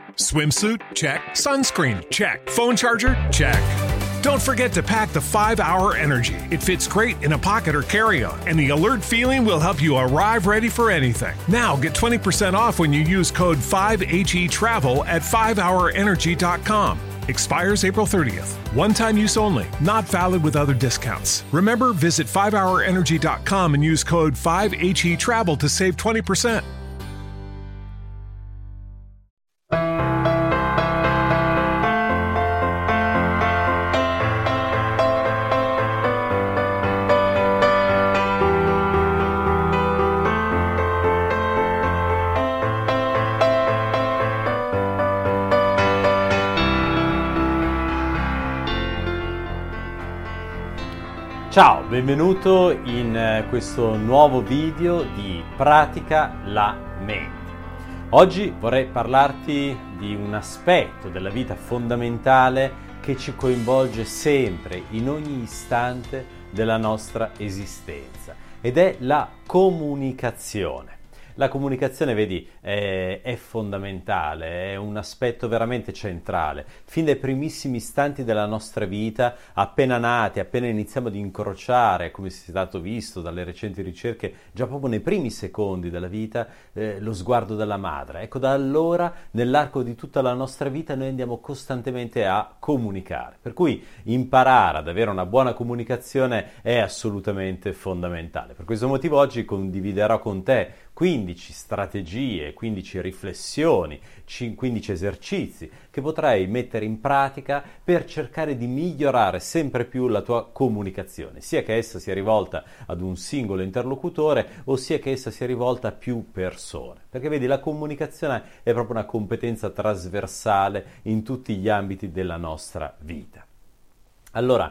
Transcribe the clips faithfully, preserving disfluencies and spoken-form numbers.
Swimsuit? Check. Sunscreen? Check. Phone charger? Check. Don't forget to pack the five hour Energy. It fits great in a pocket or carry-on, and the alert feeling will help you arrive ready for anything. Now get twenty percent off when you use code five H E Travel at five hour energy dot com. Expires April thirtieth. One-time use only. Not valid with other discounts. Remember, visit five hour energy dot com and use code five H E Travel to save twenty percent. Ciao, benvenuto in questo nuovo video di Pratica la mente. Oggi vorrei parlarti di un aspetto della vita fondamentale che ci coinvolge sempre, in ogni istante della nostra esistenza, ed è la comunicazione. La comunicazione, vedi, è, è fondamentale, è un aspetto veramente centrale. Fin dai primissimi istanti della nostra vita, appena nati, appena iniziamo ad incrociare, come è stato visto dalle recenti ricerche, già proprio nei primi secondi della vita, eh, lo sguardo della madre. Ecco, da allora, nell'arco di tutta la nostra vita, noi andiamo costantemente a comunicare. Per cui imparare ad avere una buona comunicazione è assolutamente fondamentale. Per questo motivo oggi condividerò con te quindici strategie, quindici riflessioni, quindici esercizi che potrai mettere in pratica per cercare di migliorare sempre più la tua comunicazione, sia che essa sia rivolta ad un singolo interlocutore o sia che essa sia rivolta a più persone. Perché vedi, la comunicazione è proprio una competenza trasversale in tutti gli ambiti della nostra vita. Allora,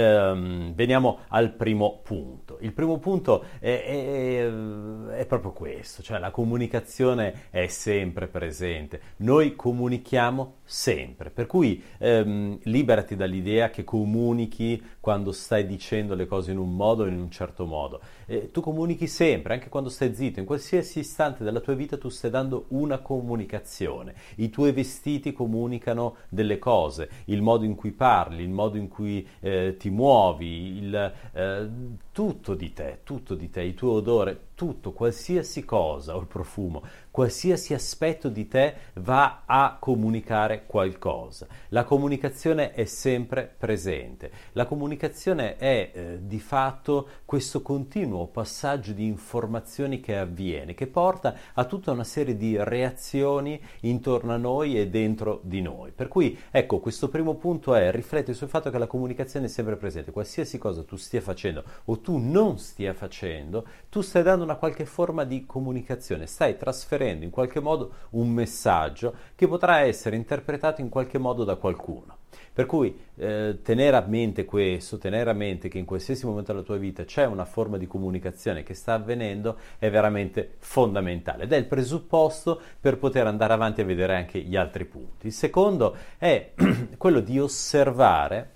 ehm, veniamo al primo punto. Il primo punto è, è, è proprio questo, cioè la comunicazione è sempre presente. Noi comunichiamo sempre, per cui ehm, liberati dall'idea che comunichi quando stai dicendo le cose in un modo o in un certo modo. Eh, tu comunichi sempre, anche quando stai zitto, in qualsiasi istante della tua vita tu stai dando una comunicazione. I tuoi vestiti comunicano delle cose, il modo in cui parli, il modo in cui eh, ti muovi, il, eh, tutto di te, tutto di te, il tuo odore, tutto, qualsiasi cosa, o il profumo, qualsiasi aspetto di te va a comunicare qualcosa. La comunicazione è sempre presente. La comunicazione è eh, di fatto questo continuo passaggio di informazioni che avviene, che porta a tutta una serie di reazioni intorno a noi e dentro di noi. Per cui, ecco, questo primo punto è: rifletti sul fatto che la comunicazione è sempre presente. Qualsiasi cosa tu stia facendo o tu non stia facendo, tu stai dando una qualche forma di comunicazione, stai trasferendo in qualche modo un messaggio che potrà essere interpretato in qualche modo da qualcuno. Per cui eh, tenere a mente questo, tenere a mente che in qualsiasi momento della tua vita c'è una forma di comunicazione che sta avvenendo è veramente fondamentale ed è il presupposto per poter andare avanti a vedere anche gli altri punti. Il secondo è quello di osservare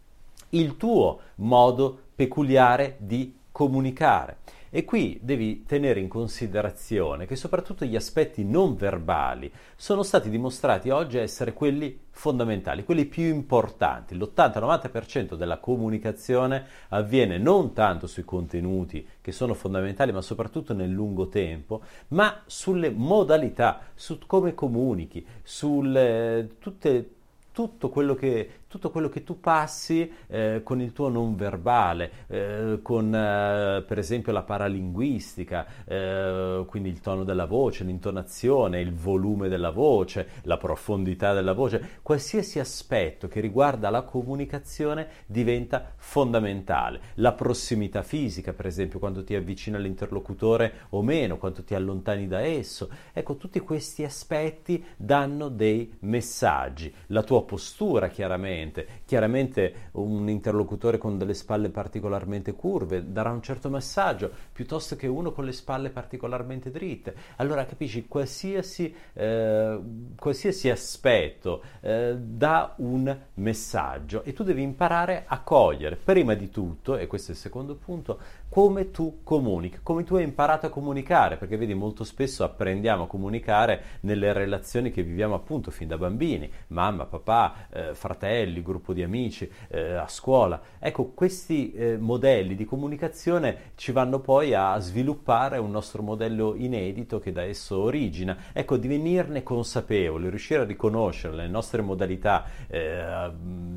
il tuo modo peculiare di comunicare. E qui devi tenere in considerazione che soprattutto gli aspetti non verbali sono stati dimostrati oggi essere quelli fondamentali, quelli più importanti. l'ottanta novanta per cento della comunicazione avviene non tanto sui contenuti che sono fondamentali, ma soprattutto nel lungo tempo, ma sulle modalità, su come comunichi, sulle tutte tutto quello che tutto quello che tu passi eh, con il tuo non verbale, eh, con eh, per esempio la paralinguistica, eh, quindi il tono della voce, l'intonazione, il volume della voce, la profondità della voce, qualsiasi aspetto che riguarda la comunicazione diventa fondamentale. La prossimità fisica, per esempio, quando ti avvicini all'interlocutore o meno, quando ti allontani da esso, ecco, tutti questi aspetti danno dei messaggi. La tua postura, chiaramente. Chiaramente un interlocutore con delle spalle particolarmente curve darà un certo messaggio, piuttosto che uno con le spalle particolarmente dritte. Allora capisci, qualsiasi, eh, qualsiasi aspetto eh, dà un messaggio e tu devi imparare a cogliere, prima di tutto, e questo è il secondo punto, come tu comunichi, come tu hai imparato a comunicare, perché vedi, molto spesso apprendiamo a comunicare nelle relazioni che viviamo appunto fin da bambini, mamma, papà, eh, fratelli, gruppo di amici, eh, a scuola. Ecco, questi eh, modelli di comunicazione ci vanno poi a sviluppare un nostro modello inedito che da esso origina. Ecco, divenirne consapevoli, riuscire a riconoscere le nostre modalità eh,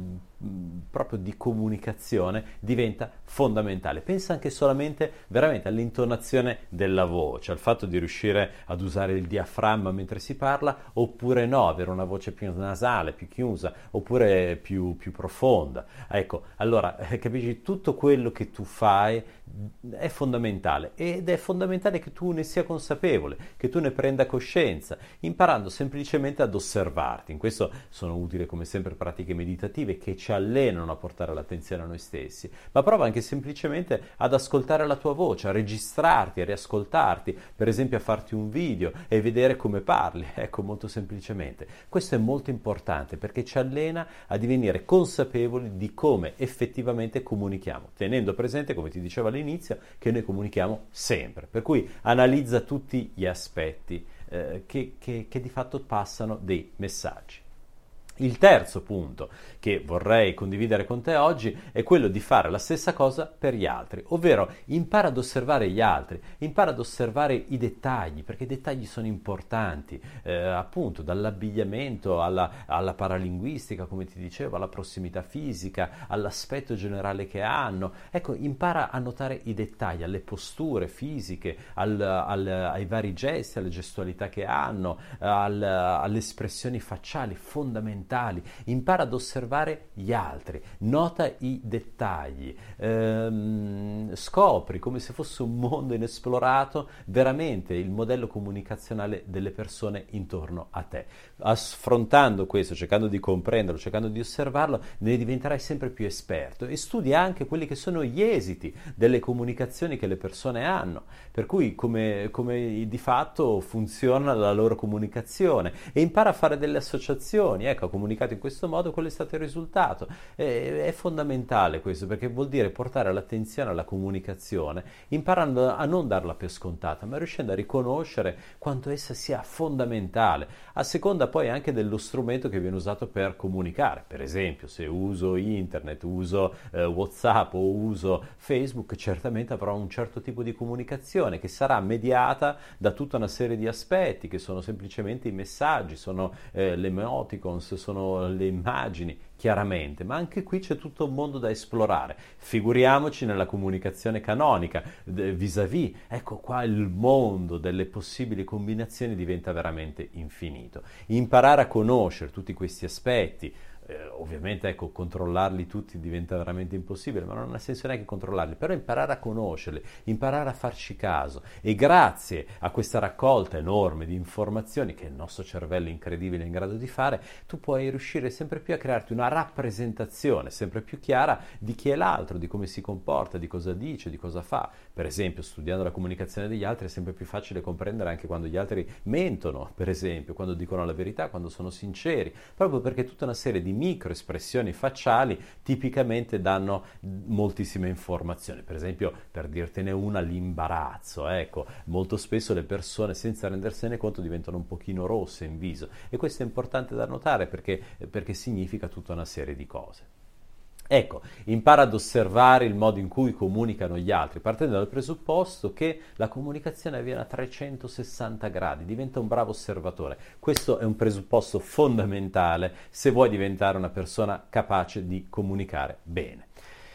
proprio di comunicazione diventa fondamentale. Pensa anche solamente veramente all'intonazione della voce, al fatto di riuscire ad usare il diaframma mentre si parla oppure no, avere una voce più nasale, più chiusa oppure più, più profonda. Ecco, allora eh, capisci, tutto quello che tu fai è fondamentale ed è fondamentale che tu ne sia consapevole, che tu ne prenda coscienza, imparando semplicemente ad osservarti. In questo sono utili come sempre pratiche meditative che ci allenano a portare l'attenzione a noi stessi, ma prova anche semplicemente ad ascoltare la tua voce, a registrarti, a riascoltarti, per esempio a farti un video e vedere come parli, ecco, molto semplicemente. Questo è molto importante perché ci allena a divenire consapevoli di come effettivamente comunichiamo, tenendo presente, come ti dicevo all'inizio, che noi comunichiamo sempre, per cui analizza tutti gli aspetti eh, che, che, che di fatto passano dei messaggi. Il terzo punto che vorrei condividere con te oggi è quello di fare la stessa cosa per gli altri, ovvero impara ad osservare gli altri, impara ad osservare i dettagli, perché i dettagli sono importanti, eh, appunto dall'abbigliamento alla, alla paralinguistica, come ti dicevo, alla prossimità fisica, all'aspetto generale che hanno. Ecco, impara a notare i dettagli, alle posture fisiche, al, al, ai vari gesti, alle gestualità che hanno, al, alle espressioni facciali fondamentali. Impara ad osservare gli altri, nota i dettagli, ehm, scopri come se fosse un mondo inesplorato veramente il modello comunicazionale delle persone intorno a te. Affrontando questo, cercando di comprenderlo, cercando di osservarlo, ne diventerai sempre più esperto e studi anche quelli che sono gli esiti delle comunicazioni che le persone hanno, per cui come, come di fatto funziona la loro comunicazione, e impara a fare delle associazioni. Ecco, comunicato in questo modo, quello è stato il risultato. È, è fondamentale questo, perché vuol dire portare l'attenzione alla comunicazione, imparando a non darla per scontata, ma riuscendo a riconoscere quanto essa sia fondamentale, a seconda poi anche dello strumento che viene usato per comunicare. Per esempio, se uso internet, uso eh, WhatsApp o uso Facebook, certamente avrò un certo tipo di comunicazione che sarà mediata da tutta una serie di aspetti che sono semplicemente i messaggi, sono eh, le emoticons, sono le immagini, chiaramente, ma anche qui c'è tutto un mondo da esplorare. Figuriamoci nella comunicazione canonica, vis-à-vis, ecco qua il mondo delle possibili combinazioni diventa veramente infinito. Imparare a conoscere tutti questi aspetti, Eh, ovviamente ecco, controllarli tutti diventa veramente impossibile, ma non ha senso neanche controllarli, però imparare a conoscerli, imparare a farci caso, e grazie a questa raccolta enorme di informazioni che il nostro cervello è incredibile in grado di fare, tu puoi riuscire sempre più a crearti una rappresentazione sempre più chiara di chi è l'altro, di come si comporta, di cosa dice, di cosa fa. Per esempio, studiando la comunicazione degli altri è sempre più facile comprendere anche quando gli altri mentono, per esempio, quando dicono la verità, quando sono sinceri, proprio perché tutta una serie di microespressioni facciali tipicamente danno moltissime informazioni. Per esempio, per dirtene una, l'imbarazzo, ecco, molto spesso le persone senza rendersene conto diventano un pochino rosse in viso, e questo è importante da notare perché, perché significa tutta una serie di cose. Ecco, impara ad osservare il modo in cui comunicano gli altri, partendo dal presupposto che la comunicazione avviene a trecentosessanta gradi, diventa un bravo osservatore. Questo è un presupposto fondamentale se vuoi diventare una persona capace di comunicare bene.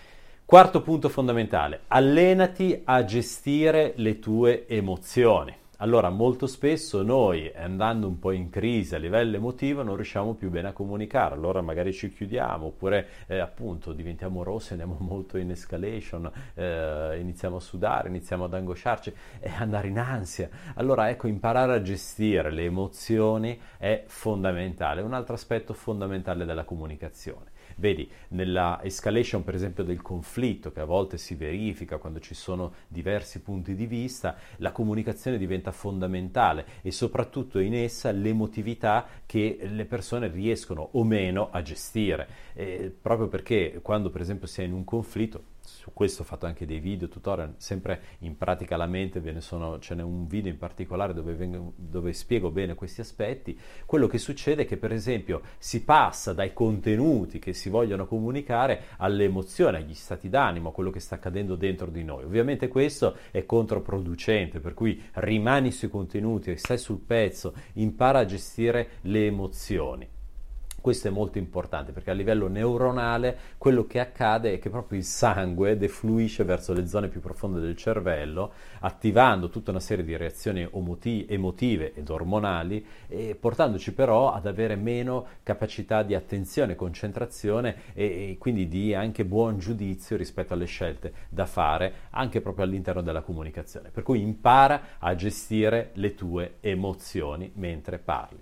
Quarto punto fondamentale: allenati a gestire le tue emozioni. Allora, molto spesso noi, andando un po' in crisi a livello emotivo, non riusciamo più bene a comunicare, allora magari ci chiudiamo, oppure eh, appunto diventiamo rossi, andiamo molto in escalation, eh, iniziamo a sudare, iniziamo ad angosciarci e andare in ansia. Allora ecco, imparare a gestire le emozioni è fondamentale, un altro aspetto fondamentale della comunicazione. Vedi, nella escalation per esempio del conflitto, che a volte si verifica quando ci sono diversi punti di vista, la comunicazione diventa fondamentale e soprattutto in essa l'emotività che le persone riescono o meno a gestire, eh, proprio perché quando per esempio si è in un conflitto, su questo ho fatto anche dei video tutorial, sempre in pratica la mente, ve ne sono, ce n'è un video in particolare dove, vengo, dove spiego bene questi aspetti. Quello che succede è che per esempio si passa dai contenuti che si vogliono comunicare alle emozioni, agli stati d'animo, a quello che sta accadendo dentro di noi. Ovviamente questo è controproducente, per cui rimani sui contenuti, stai sul pezzo, impara a gestire le emozioni. Questo è molto importante perché a livello neuronale quello che accade è che proprio il sangue defluisce verso le zone più profonde del cervello, attivando tutta una serie di reazioni omoti- emotive ed ormonali, e portandoci però ad avere meno capacità di attenzione, concentrazione e, e quindi di anche buon giudizio rispetto alle scelte da fare anche proprio all'interno della comunicazione. Per cui impara a gestire le tue emozioni mentre parli.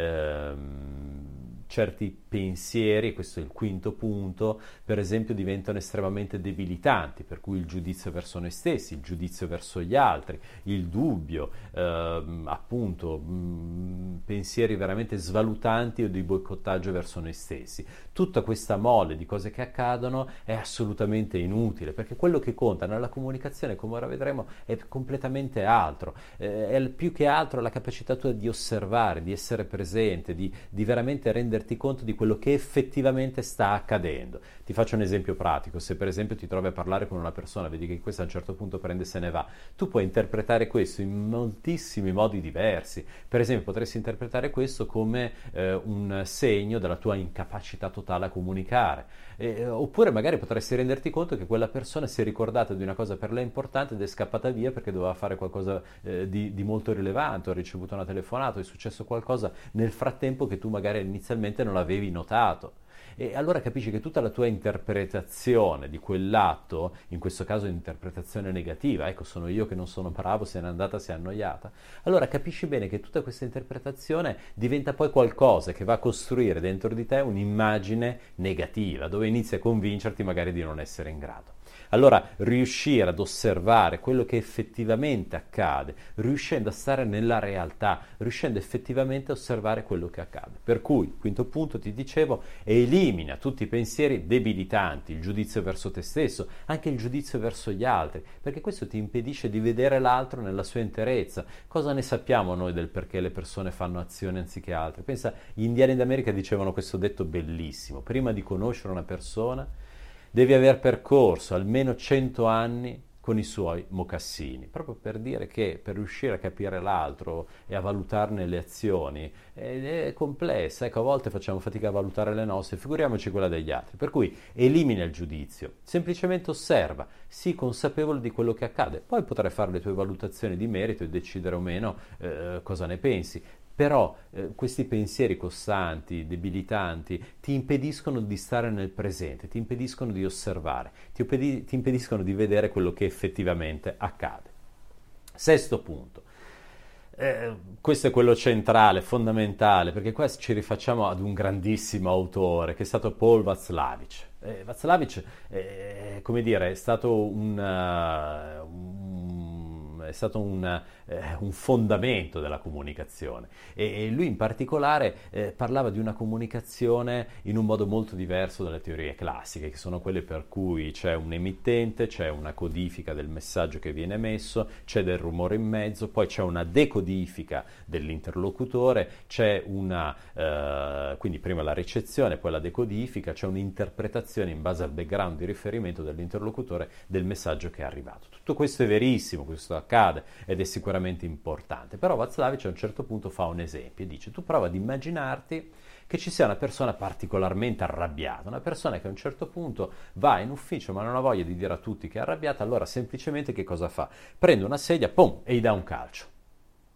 Ehm, certi pensieri, questo è il quinto punto, per esempio diventano estremamente debilitanti, per cui il giudizio verso noi stessi, il giudizio verso gli altri, il dubbio, ehm, appunto mh, pensieri veramente svalutanti o di boicottaggio verso noi stessi. Tutta questa mole di cose che accadono è assolutamente inutile, perché quello che conta nella comunicazione, come ora vedremo, è completamente altro, eh, è più che altro la capacità tua di osservare, di essere presente, di, di veramente renderti conto di quello che effettivamente sta accadendo. Ti faccio un esempio pratico: se per esempio ti trovi a parlare con una persona, vedi che questa a un certo punto prende e se ne va, tu puoi interpretare questo in moltissimi modi diversi. Per esempio potresti interpretare questo come eh, un segno della tua incapacità totale a comunicare, eh, oppure magari potresti renderti conto che quella persona si è ricordata di una cosa per lei importante ed è scappata via perché doveva fare qualcosa eh, di, di molto rilevante, ha ricevuto una telefonata, è successo qualcosa nel frattempo che tu magari inizialmente non l'avevi notato. E allora capisci che tutta la tua interpretazione di quell'atto, in questo caso interpretazione negativa, ecco, sono io che non sono bravo, se n'è andata, si è annoiata, allora capisci bene che tutta questa interpretazione diventa poi qualcosa che va a costruire dentro di te un'immagine negativa, dove inizi a convincerti magari di non essere in grado. Allora, riuscire ad osservare quello che effettivamente accade, riuscendo a stare nella realtà, riuscendo effettivamente a osservare quello che accade. Per cui, quinto punto, ti dicevo, elimina tutti i pensieri debilitanti, il giudizio verso te stesso, anche il giudizio verso gli altri, perché questo ti impedisce di vedere l'altro nella sua interezza. Cosa ne sappiamo noi del perché le persone fanno azioni anziché altre? Pensa, gli indiani d'America dicevano questo detto bellissimo: prima di conoscere una persona devi aver percorso almeno cento anni con i suoi mocassini, proprio per dire che per riuscire a capire l'altro e a valutarne le azioni è, è complessa. Ecco, a volte facciamo fatica a valutare le nostre, figuriamoci quella degli altri. Per cui elimina il giudizio, semplicemente osserva, sii consapevole di quello che accade, poi potrai fare le tue valutazioni di merito e decidere o meno eh, cosa ne pensi. Però eh, questi pensieri costanti, debilitanti, ti impediscono di stare nel presente, ti impediscono di osservare, ti, impedi- ti impediscono di vedere quello che effettivamente accade. Sesto punto. Eh, questo è quello centrale, fondamentale, perché qua ci rifacciamo ad un grandissimo autore che è stato Paul Václavic. Eh, Václavic, eh, come dire, è stato un... Uh, un è stato un, eh, un fondamento della comunicazione e, e lui in particolare eh, parlava di una comunicazione in un modo molto diverso dalle teorie classiche, che sono quelle per cui c'è un emittente, c'è una codifica del messaggio che viene emesso, c'è del rumore in mezzo, poi c'è una decodifica dell'interlocutore, c'è una eh, quindi prima la ricezione, poi la decodifica, c'è un'interpretazione in base al background di riferimento dell'interlocutore del messaggio che è arrivato. Tutto questo è verissimo, questo accade ed è sicuramente importante, però Václavic a un certo punto fa un esempio e dice: tu prova ad immaginarti che ci sia una persona particolarmente arrabbiata, una persona che a un certo punto va in ufficio ma non ha voglia di dire a tutti che è arrabbiata, allora semplicemente che cosa fa? Prende una sedia, pum, e gli dà un calcio.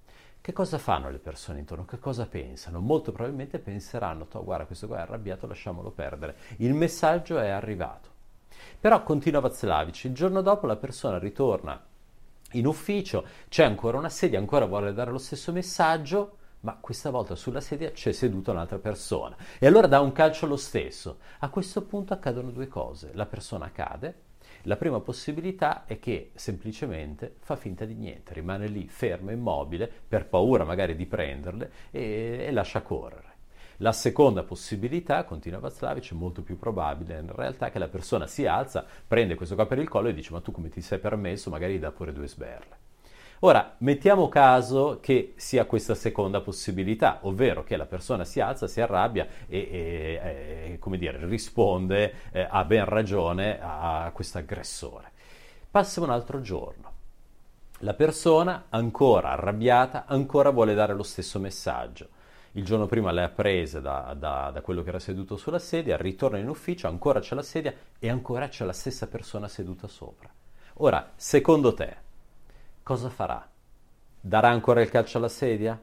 Che cosa fanno le persone intorno? Che cosa pensano? Molto probabilmente penseranno, "Toh, guarda, questo qua è arrabbiato, lasciamolo perdere." Il messaggio è arrivato. Però continua Václavic, il giorno dopo la persona ritorna in ufficio, c'è ancora una sedia, ancora vuole dare lo stesso messaggio, ma questa volta sulla sedia c'è seduta un'altra persona. E allora dà un calcio lo stesso. A questo punto accadono due cose. La persona cade. La prima possibilità è che semplicemente fa finta di niente, rimane lì fermo, immobile, per paura magari di prenderle e, e lascia correre. La seconda possibilità, continua Václavic, è molto più probabile in realtà che la persona si alza, prende questo qua per il collo e dice: "Ma tu come ti sei permesso?" Magari gli dà pure due sberle. Ora, mettiamo caso che sia questa seconda possibilità, ovvero che la persona si alza, si arrabbia e, e, e come dire, risponde eh, a ben ragione a questo aggressore. Passa un altro giorno. La persona, ancora arrabbiata, ancora vuole dare lo stesso messaggio. Il giorno prima le ha prese da, da, da quello che era seduto sulla sedia, ritorna in ufficio, ancora c'è la sedia e ancora c'è la stessa persona seduta sopra. Ora, secondo te, cosa farà? Darà ancora il calcio alla sedia?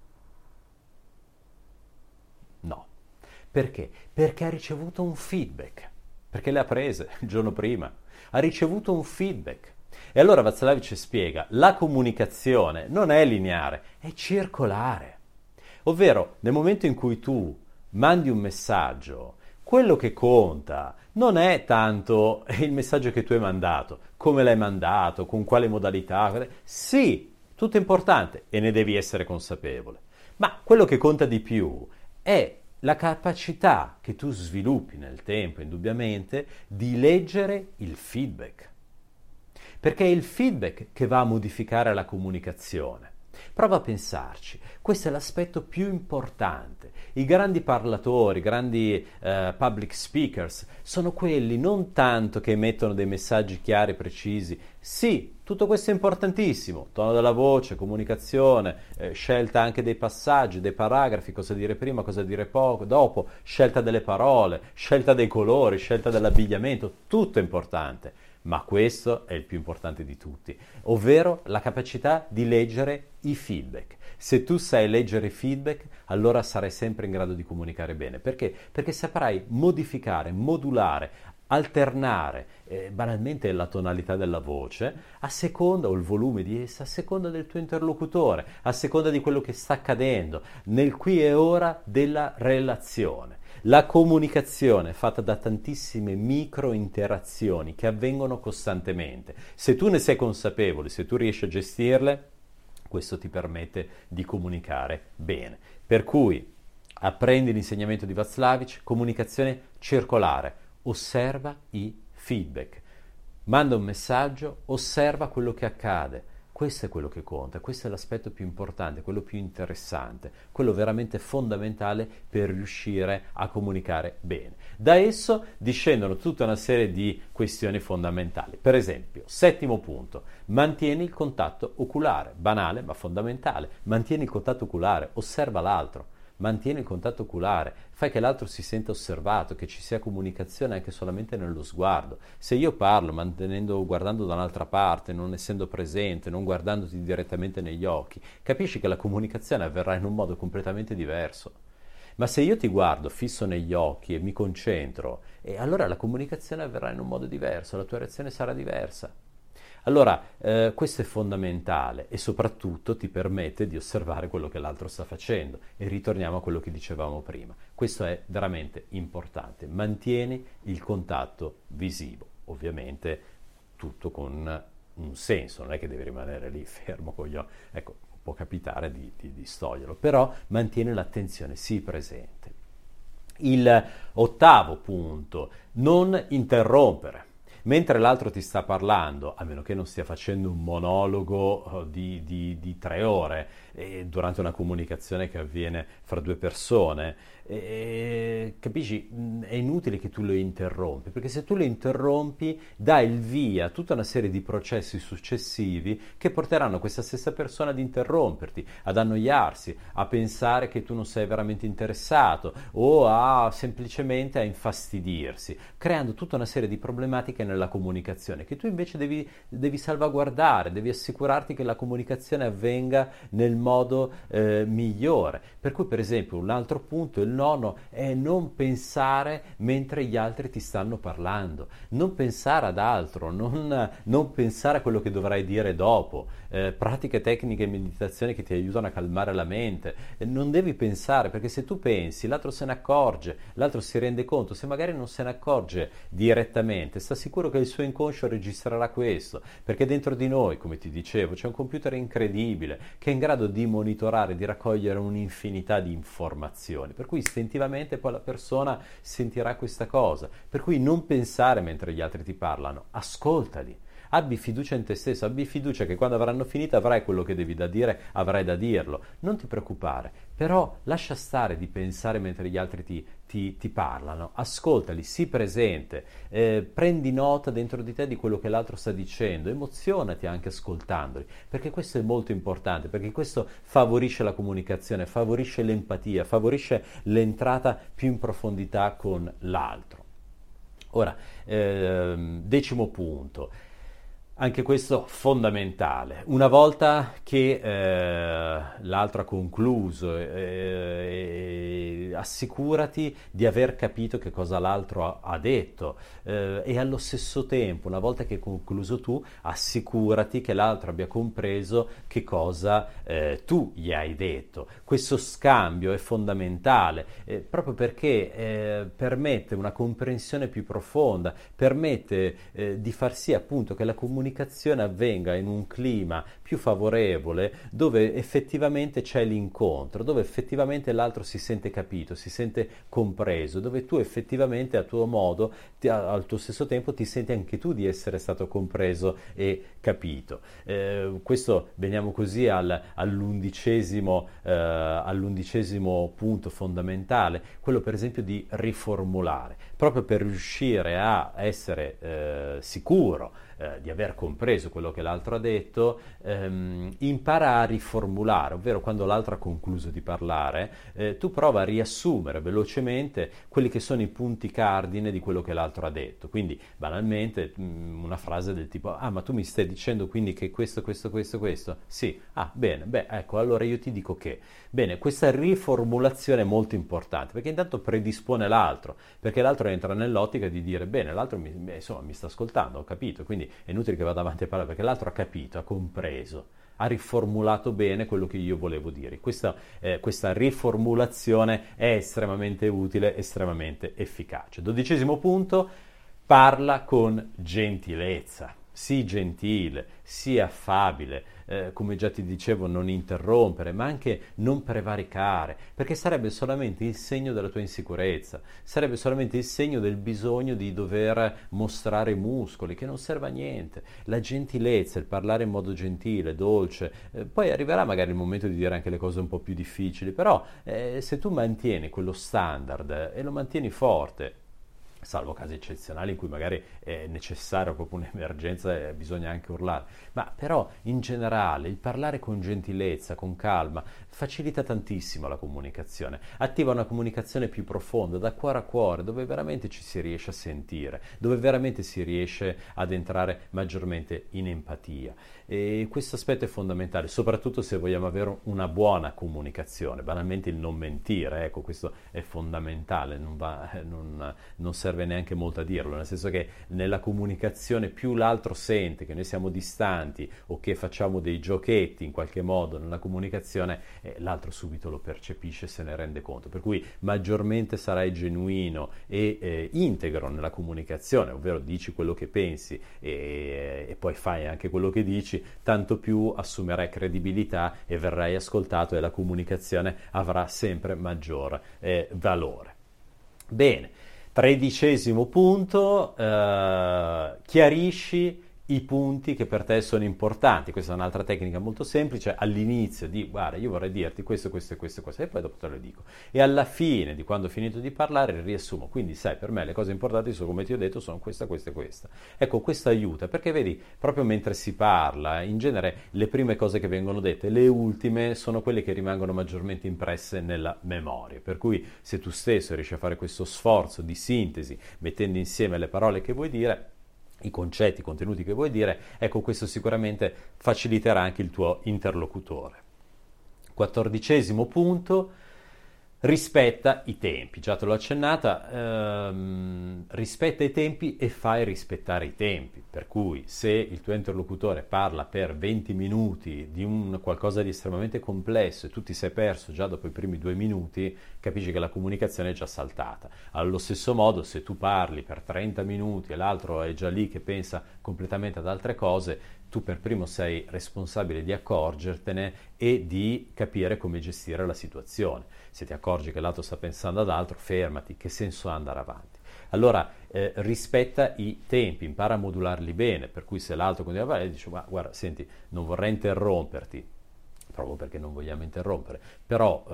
No. Perché? Perché ha ricevuto un feedback. Perché le ha prese il giorno prima. Ha ricevuto un feedback. E allora Václavic spiega, la comunicazione non è lineare, è circolare. Ovvero, nel momento in cui tu mandi un messaggio, quello che conta non è tanto il messaggio che tu hai mandato, come l'hai mandato, con quale modalità. Sì, tutto è importante e ne devi essere consapevole. Ma quello che conta di più è la capacità che tu sviluppi nel tempo, indubbiamente, di leggere il feedback. Perché è il feedback che va a modificare la comunicazione. Prova a pensarci, questo è l'aspetto più importante. I grandi parlatori, i grandi eh, public speakers sono quelli non tanto che emettono dei messaggi chiari e precisi. Sì, tutto questo è importantissimo, tono della voce, comunicazione, eh, scelta anche dei passaggi, dei paragrafi, cosa dire prima, cosa dire poco, dopo, scelta delle parole, scelta dei colori, scelta dell'abbigliamento, tutto è importante. Ma questo è il più importante di tutti, ovvero la capacità di leggere i feedback. Se tu sai leggere i feedback, allora sarai sempre in grado di comunicare bene. Perché? Perché saprai modificare, modulare, alternare eh, banalmente la tonalità della voce a seconda, o il volume di essa, a seconda del tuo interlocutore, a seconda di quello che sta accadendo, nel qui e ora della relazione. La comunicazione è fatta da tantissime micro interazioni che avvengono costantemente. Se tu ne sei consapevole, se tu riesci a gestirle, questo ti permette di comunicare bene. Per cui apprendi l'insegnamento di Václavic, comunicazione circolare, osserva i feedback, manda un messaggio, osserva quello che accade. Questo è quello che conta, questo è l'aspetto più importante, quello più interessante, quello veramente fondamentale per riuscire a comunicare bene. Da esso discendono tutta una serie di questioni fondamentali. Per esempio, settimo punto, mantieni il contatto oculare, banale ma fondamentale. Mantieni il contatto oculare, osserva l'altro. Mantieni il contatto oculare, fai che l'altro si senta osservato, che ci sia comunicazione anche solamente nello sguardo. Se io parlo mantenendo, guardando da un'altra parte, non essendo presente, non guardandoti direttamente negli occhi, capisci che la comunicazione avverrà in un modo completamente diverso. Ma se io ti guardo fisso negli occhi e mi concentro, e allora la comunicazione avverrà in un modo diverso, la tua reazione sarà diversa. Allora, eh, questo è fondamentale e soprattutto ti permette di osservare quello che l'altro sta facendo. E ritorniamo a quello che dicevamo prima. Questo è veramente importante. Mantieni il contatto visivo, ovviamente tutto con un senso, non è che devi rimanere lì fermo con gli occhi. Ecco, può capitare di, di, di toglierlo, però mantieni l'attenzione, sii presente. Il ottavo punto, non interrompere. Mentre l'altro ti sta parlando, a meno che non stia facendo un monologo di, di, di tre ore eh, durante una comunicazione che avviene fra due persone, eh, capisci? È inutile che tu lo interrompi, perché se tu lo interrompi dai il via a tutta una serie di processi successivi che porteranno questa stessa persona ad interromperti, ad annoiarsi, a pensare che tu non sei veramente interessato o a semplicemente a infastidirsi, creando tutta una serie di problematiche nella comunicazione che tu invece devi, devi salvaguardare, devi assicurarti che la comunicazione avvenga nel modo eh, migliore. Per cui, per esempio, un altro punto, il nono, è non pensare mentre gli altri ti stanno parlando, non pensare ad altro, non, non pensare a quello che dovrai dire dopo. Eh, pratiche tecniche e meditazione che ti aiutano a calmare la mente. Eh, non devi pensare, perché se tu pensi, l'altro se ne accorge, l'altro si rende conto, se magari non se ne accorge direttamente, sta sicuro che il suo inconscio registrerà questo, perché dentro di noi, come ti dicevo, c'è un computer incredibile che è in grado di monitorare, di raccogliere un'infinità di informazioni, per cui istintivamente poi la persona sentirà questa cosa. Per cui non pensare mentre gli altri ti parlano, ascoltali. Abbi fiducia in te stesso, abbi fiducia che quando avranno finito avrai quello che devi da dire, avrai da dirlo. Non ti preoccupare, però lascia stare di pensare mentre gli altri ti, ti, ti parlano, ascoltali, sii presente, eh, prendi nota dentro di te di quello che l'altro sta dicendo, emozionati anche ascoltandoli, perché questo è molto importante, perché questo favorisce la comunicazione, favorisce l'empatia, favorisce l'entrata più in profondità con l'altro. Ora, ehm, decimo punto. Anche questo fondamentale. Una volta che eh, l'altro ha concluso, eh, eh, assicurati di aver capito che cosa l'altro ha, ha detto eh, e allo stesso tempo, una volta che hai concluso tu, assicurati che l'altro abbia compreso che cosa eh, tu gli hai detto. Questo scambio è fondamentale eh, proprio perché eh, permette una comprensione più profonda, permette eh, di far sì appunto che la comunicazione avvenga in un clima più favorevole, dove effettivamente c'è l'incontro, dove effettivamente l'altro si sente capito, si sente compreso, dove tu effettivamente a tuo modo, ti, al tuo stesso tempo ti senti anche tu di essere stato compreso e capito. Eh, questo veniamo così al, all'undicesimo, eh, all'undicesimo punto fondamentale, quello per esempio di riformulare, proprio per riuscire a essere eh, sicuro Eh, di aver compreso quello che l'altro ha detto, ehm, impara a riformulare, ovvero quando l'altro ha concluso di parlare, eh, tu prova a riassumere velocemente quelli che sono i punti cardine di quello che l'altro ha detto. Quindi, banalmente, mh, una frase del tipo: ah, ma tu mi stai dicendo quindi che questo, questo, questo, questo? Sì. Ah, bene, beh, ecco, allora io ti dico che. Bene, questa riformulazione è molto importante, perché intanto predispone l'altro, perché l'altro entra nell'ottica di dire: bene, l'altro mi, beh, insomma, mi sta ascoltando, ho capito, quindi è inutile che vada avanti a parlare, perché l'altro ha capito, ha compreso, ha riformulato bene quello che io volevo dire. Questa, eh, questa riformulazione è estremamente utile, estremamente efficace. Dodicesimo punto, parla con gentilezza. Sii gentile, sii affabile, eh, come già ti dicevo, non interrompere, ma anche non prevaricare, perché sarebbe solamente il segno della tua insicurezza, sarebbe solamente il segno del bisogno di dover mostrare muscoli, che non serve a niente. La gentilezza, il parlare in modo gentile, dolce, eh, poi arriverà magari il momento di dire anche le cose un po' più difficili, però eh, se tu mantieni quello standard eh, e lo mantieni forte, salvo casi eccezionali in cui magari è necessario proprio un'emergenza e bisogna anche urlare, ma però in generale il parlare con gentilezza, con calma, facilita tantissimo la comunicazione, attiva una comunicazione più profonda, da cuore a cuore, dove veramente ci si riesce a sentire, dove veramente si riesce ad entrare maggiormente in empatia. E questo aspetto è fondamentale, soprattutto se vogliamo avere una buona comunicazione. Banalmente il non mentire, ecco, questo è fondamentale, non, va, non, non serve neanche molto a dirlo, nel senso che nella comunicazione più l'altro sente che noi siamo distanti o che facciamo dei giochetti in qualche modo nella comunicazione, eh, l'altro subito lo percepisce e se ne rende conto, per cui maggiormente sarai genuino e eh, integro nella comunicazione, ovvero dici quello che pensi e, e poi fai anche quello che dici, tanto più assumerai credibilità e verrai ascoltato e la comunicazione avrà sempre maggior eh, valore. Bene, tredicesimo punto, eh, chiarisci i punti che per te sono importanti. Questa è un'altra tecnica molto semplice. All'inizio di guarda, io vorrei dirti questo, questo e questo e questo, e poi dopo te lo dico. E alla fine di quando ho finito di parlare riassumo. Quindi sai, per me le cose importanti sono, come ti ho detto, sono questa, questa e questa. Ecco, questo aiuta, perché vedi, proprio mentre si parla, in genere le prime cose che vengono dette, le ultime sono quelle che rimangono maggiormente impresse nella memoria. Per cui se tu stesso riesci a fare questo sforzo di sintesi, mettendo insieme le parole che vuoi dire, i concetti, i contenuti che vuoi dire, ecco, questo sicuramente faciliterà anche il tuo interlocutore. Quattordicesimo punto, rispetta i tempi. Già te l'ho accennata, ehm, rispetta i tempi e fai rispettare i tempi. Per cui se il tuo interlocutore parla per venti minuti di un qualcosa di estremamente complesso e tu ti sei perso già dopo i primi due minuti, capisci che la comunicazione è già saltata. Allo stesso modo, se tu parli per trenta minuti e l'altro è già lì che pensa completamente ad altre cose, tu per primo sei responsabile di accorgertene e di capire come gestire la situazione. Se ti accorgi che l'altro sta pensando ad altro, fermati, che senso ha andare avanti? Allora eh, rispetta i tempi, impara a modularli bene, per cui se l'altro continua a parlare, dice ma guarda, senti, non vorrei interromperti, proprio perché non vogliamo interrompere, però...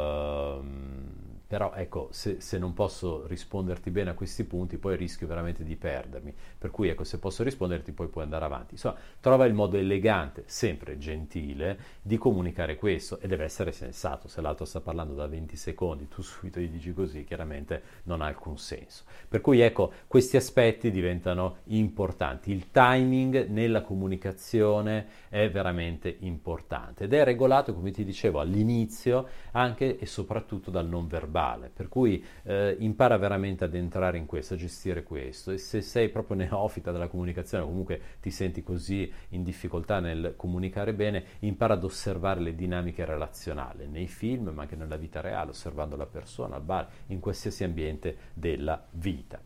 Ehm, Però ecco, se, se non posso risponderti bene a questi punti, poi rischio veramente di perdermi. Per cui ecco, se posso risponderti, poi puoi andare avanti. Insomma, trova il modo elegante, sempre gentile, di comunicare questo, e deve essere sensato. Se l'altro sta parlando da venti secondi, tu subito gli dici così, chiaramente non ha alcun senso. Per cui ecco, questi aspetti diventano importanti. Il timing nella comunicazione è veramente importante ed è regolato, come ti dicevo all'inizio, anche e soprattutto dal non verbale. Per cui eh, impara veramente ad entrare in questo, a gestire questo, e se sei proprio neofita della comunicazione o comunque ti senti così in difficoltà nel comunicare bene, impara ad osservare le dinamiche relazionali nei film ma anche nella vita reale, osservando la persona al bar, in qualsiasi ambiente della vita.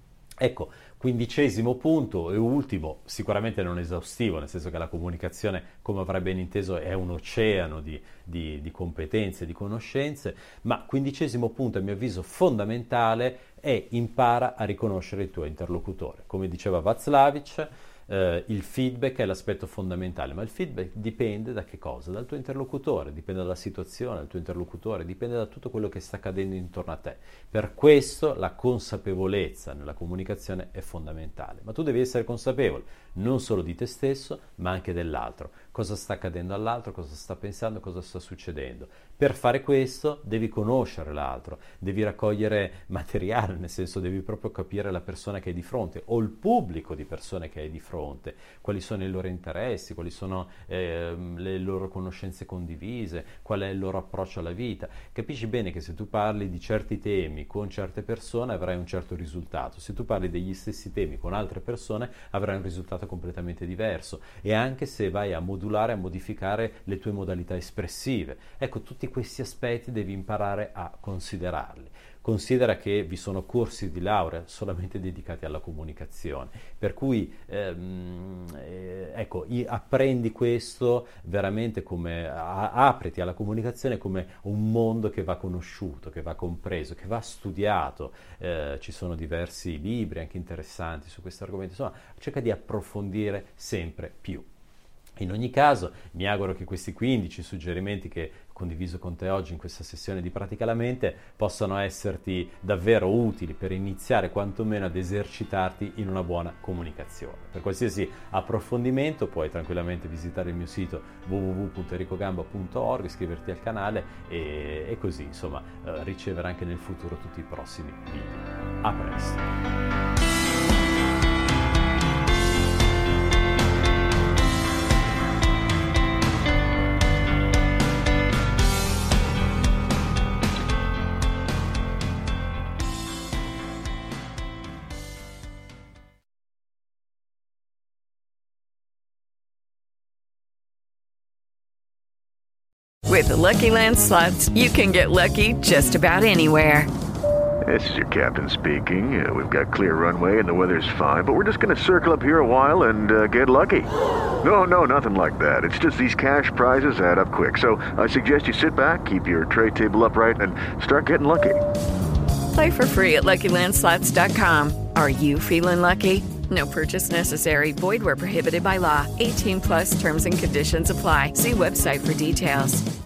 Ecco, quindicesimo punto e ultimo, sicuramente non esaustivo, nel senso che la comunicazione, come avrai ben inteso, è un oceano di, di, di competenze, di conoscenze, ma quindicesimo punto, a mio avviso fondamentale, è impara a riconoscere il tuo interlocutore. Come diceva Václavic, Uh, il feedback è l'aspetto fondamentale, ma il feedback dipende da che cosa? Dal tuo interlocutore, dipende dalla situazione, dal tuo interlocutore, dipende da tutto quello che sta accadendo intorno a te. Per questo la consapevolezza nella comunicazione è fondamentale, ma tu devi essere consapevole non solo di te stesso, ma anche dell'altro. Cosa sta accadendo all'altro, cosa sta pensando, cosa sta succedendo. Per fare questo devi conoscere l'altro, devi raccogliere materiale, nel senso devi proprio capire la persona che hai di fronte o il pubblico di persone che hai di fronte, quali sono i loro interessi, quali sono eh, le loro conoscenze condivise, qual è il loro approccio alla vita. Capisci bene che se tu parli di certi temi con certe persone avrai un certo risultato, se tu parli degli stessi temi con altre persone avrai un risultato completamente diverso, e anche se vai a modulare, a modificare le tue modalità espressive. Ecco, tutti questi aspetti devi imparare a considerarli. Considera che vi sono corsi di laurea solamente dedicati alla comunicazione, per cui ehm, eh, ecco, apprendi questo veramente come, a, apriti alla comunicazione come un mondo che va conosciuto, che va compreso, che va studiato. Eh, ci sono diversi libri anche interessanti su questo argomento, insomma, cerca di approfondire sempre più. In ogni caso, mi auguro che questi quindici suggerimenti che ho condiviso con te oggi in questa sessione di Pratica la Mente possano esserti davvero utili per iniziare quantomeno ad esercitarti in una buona comunicazione. Per qualsiasi approfondimento puoi tranquillamente visitare il mio sito w w w punto enrico gamba punto org, iscriverti al canale e, e così, insomma, eh, ricevere anche nel futuro tutti i prossimi video. A presto! With the Lucky Land Slots, you can get lucky just about anywhere. This is your captain speaking. Uh, we've got clear runway and the weather's fine, but we're just going to circle up here a while and uh, get lucky. No, no, nothing like that. It's just these cash prizes add up quick. So I suggest you sit back, keep your tray table upright, and start getting lucky. Play for free at Lucky Land Slots dot com. Are you feeling lucky? No purchase necessary. Void where prohibited by law. eighteen plus terms and conditions apply. See website for details.